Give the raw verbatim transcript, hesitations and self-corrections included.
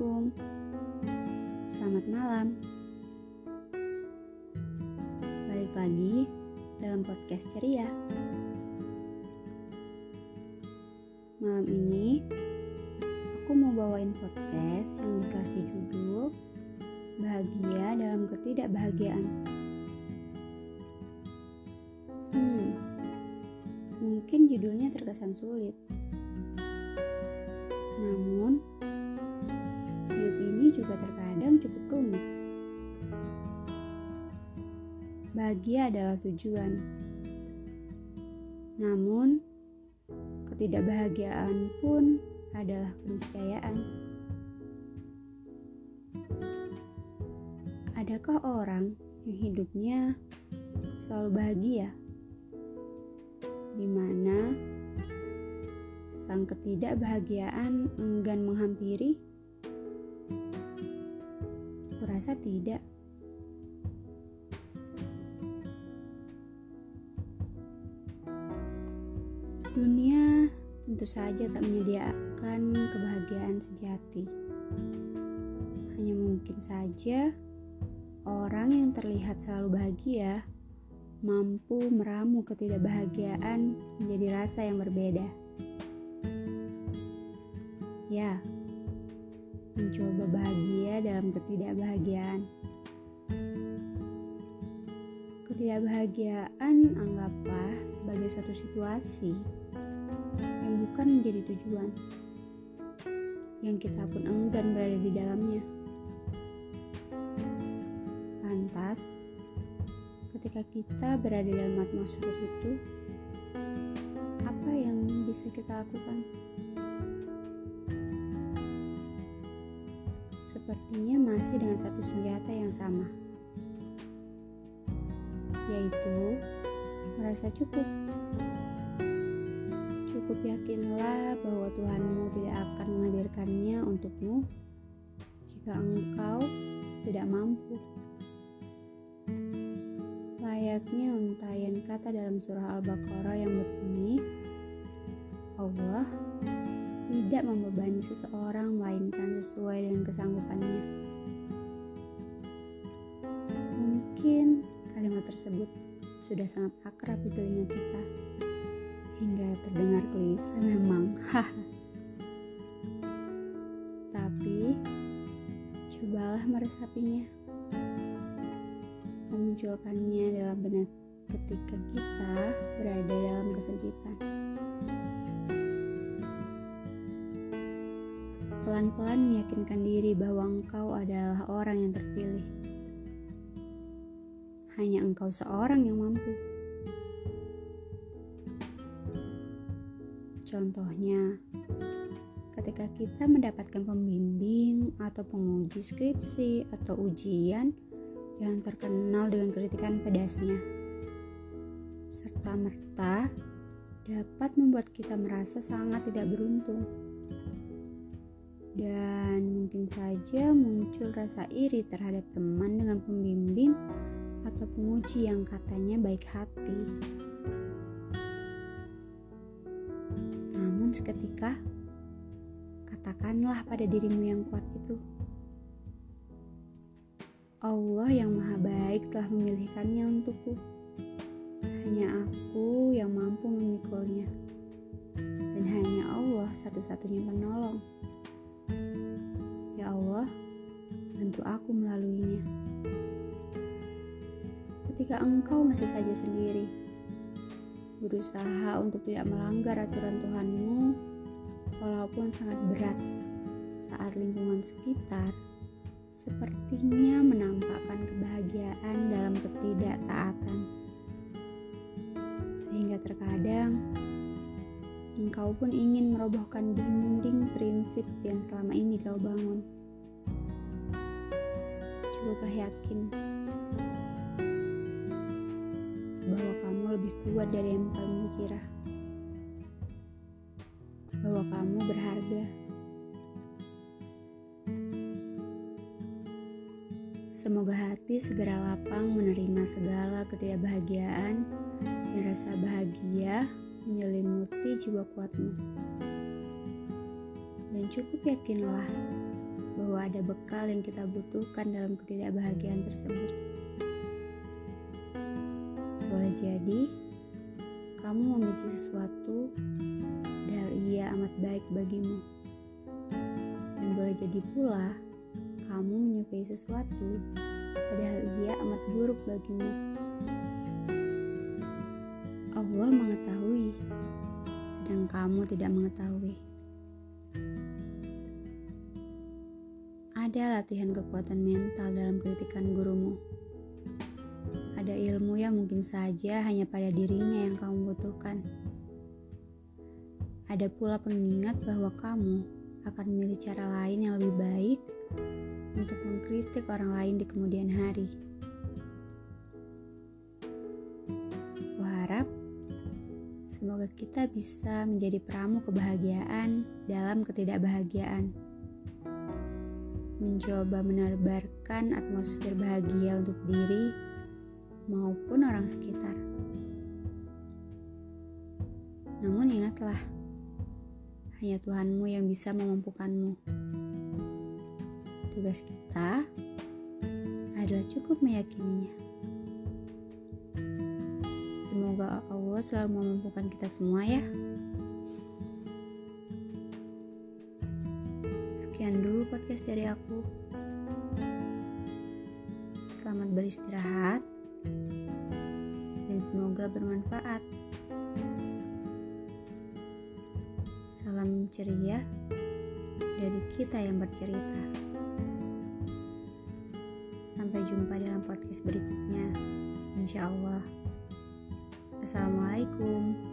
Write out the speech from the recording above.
Assalamualaikum. Selamat malam. Balik lagi dalam podcast ceria. Malam ini aku mau bawain podcast yang dikasih judul Bahagia dalam Ketidakbahagiaan. Hmm, mungkin judulnya terkesan sulit. Namun, hidup ini juga terkadang cukup rumit. Bahagia adalah tujuan. Namun, ketidakbahagiaan pun adalah keniscayaan. Adakah orang yang hidupnya selalu bahagia, di mana sang ketidakbahagiaan enggan menghampiri? Kurasa tidak. Dunia tentu saja tak menyediakan kebahagiaan sejati. Hanya mungkin saja orang yang terlihat selalu bahagia mampu meramu ketidakbahagiaan menjadi rasa yang berbeda. Ya, mencoba bahagia dalam ketidakbahagiaan. Ketidakbahagiaan anggaplah sebagai suatu situasi yang bukan menjadi tujuan, yang kita pun enggan berada di dalamnya. Lantas, ketika kita berada dalam atmosfer itu, apa yang bisa kita lakukan? Sepertinya masih dengan satu senjata yang sama, yaitu merasa cukup. Cukup yakinlah bahwa Tuhanmu tidak akan menghadirkannya untukmu jika engkau tidak mampu. Layaknya untaian kata dalam surah Al-Baqarah yang berbunyi, Allah tidak membebani seseorang melainkan sesuai dengan kesanggupannya. Mungkin kalimat tersebut sudah sangat akrab di telinga kita, hingga terdengar klise memang. Tapi cobalah meresapinya, memunculkannya dalam benak ketika kita berada dalam kesempitan. Pelan-pelan meyakinkan diri bahwa engkau adalah orang yang terpilih. Hanya engkau seorang yang mampu. Contohnya, ketika kita mendapatkan pembimbing atau penguji skripsi atau ujian yang terkenal dengan kritikan pedasnya, serta merta dapat membuat kita merasa sangat tidak beruntung. Dan mungkin saja muncul rasa iri terhadap teman dengan pembimbing atau penguji yang katanya baik hati. Namun seketika, katakanlah pada dirimu yang kuat itu, Allah yang maha baik telah memilihkannya untukku. Hanya aku yang mampu memikulnya. Dan hanya Allah satu-satunya penolong. Ya Allah, bantu aku melaluinya. Ketika engkau masih saja sendiri, berusaha untuk tidak melanggar aturan Tuhanmu, walaupun sangat berat saat lingkungan sekitar sepertinya menampakkan kebahagiaan dalam ketidaktaatan. Sehingga terkadang engkau pun ingin merobohkan dinding prinsip yang selama ini kau bangun. Cukuplah yakin bahwa kamu lebih kuat dari yang kamu kira, bahwa kamu berharga. Semoga hati segera lapang menerima segala ketidakbahagiaan dan rasa bahagia menyelimuti jiwa kuatmu. Dan cukup yakinlah bahwa ada bekal yang kita butuhkan dalam ketidakbahagiaan tersebut. Boleh jadi kamu membenci sesuatu padahal ia amat baik bagimu. Dan boleh jadi pula kamu menyukai sesuatu padahal ia amat buruk bagimu. Allah mengetahui, sedang kamu tidak mengetahui. Ada latihan kekuatan mental dalam kritikan gurumu. Ada ilmu yang mungkin saja hanya pada dirinya yang kamu butuhkan. Ada pula pengingat bahwa kamu akan memilih cara lain yang lebih baik untuk mengkritik orang lain di kemudian hari. Kuharap semoga kita bisa menjadi peramu kebahagiaan dalam ketidakbahagiaan. Mencoba menebarkan atmosfer bahagia untuk diri maupun orang sekitar. Namun ingatlah, hanya Tuhanmu yang bisa memampukanmu. Tugas kita adalah cukup meyakininya. Semoga Allah selalu memampukan kita semua ya. Sekian dulu podcast dari aku. Selamat beristirahat dan semoga bermanfaat. Salam ceria dari kita yang bercerita. Sampai jumpa dalam podcast berikutnya, insya Allah. Assalamualaikum.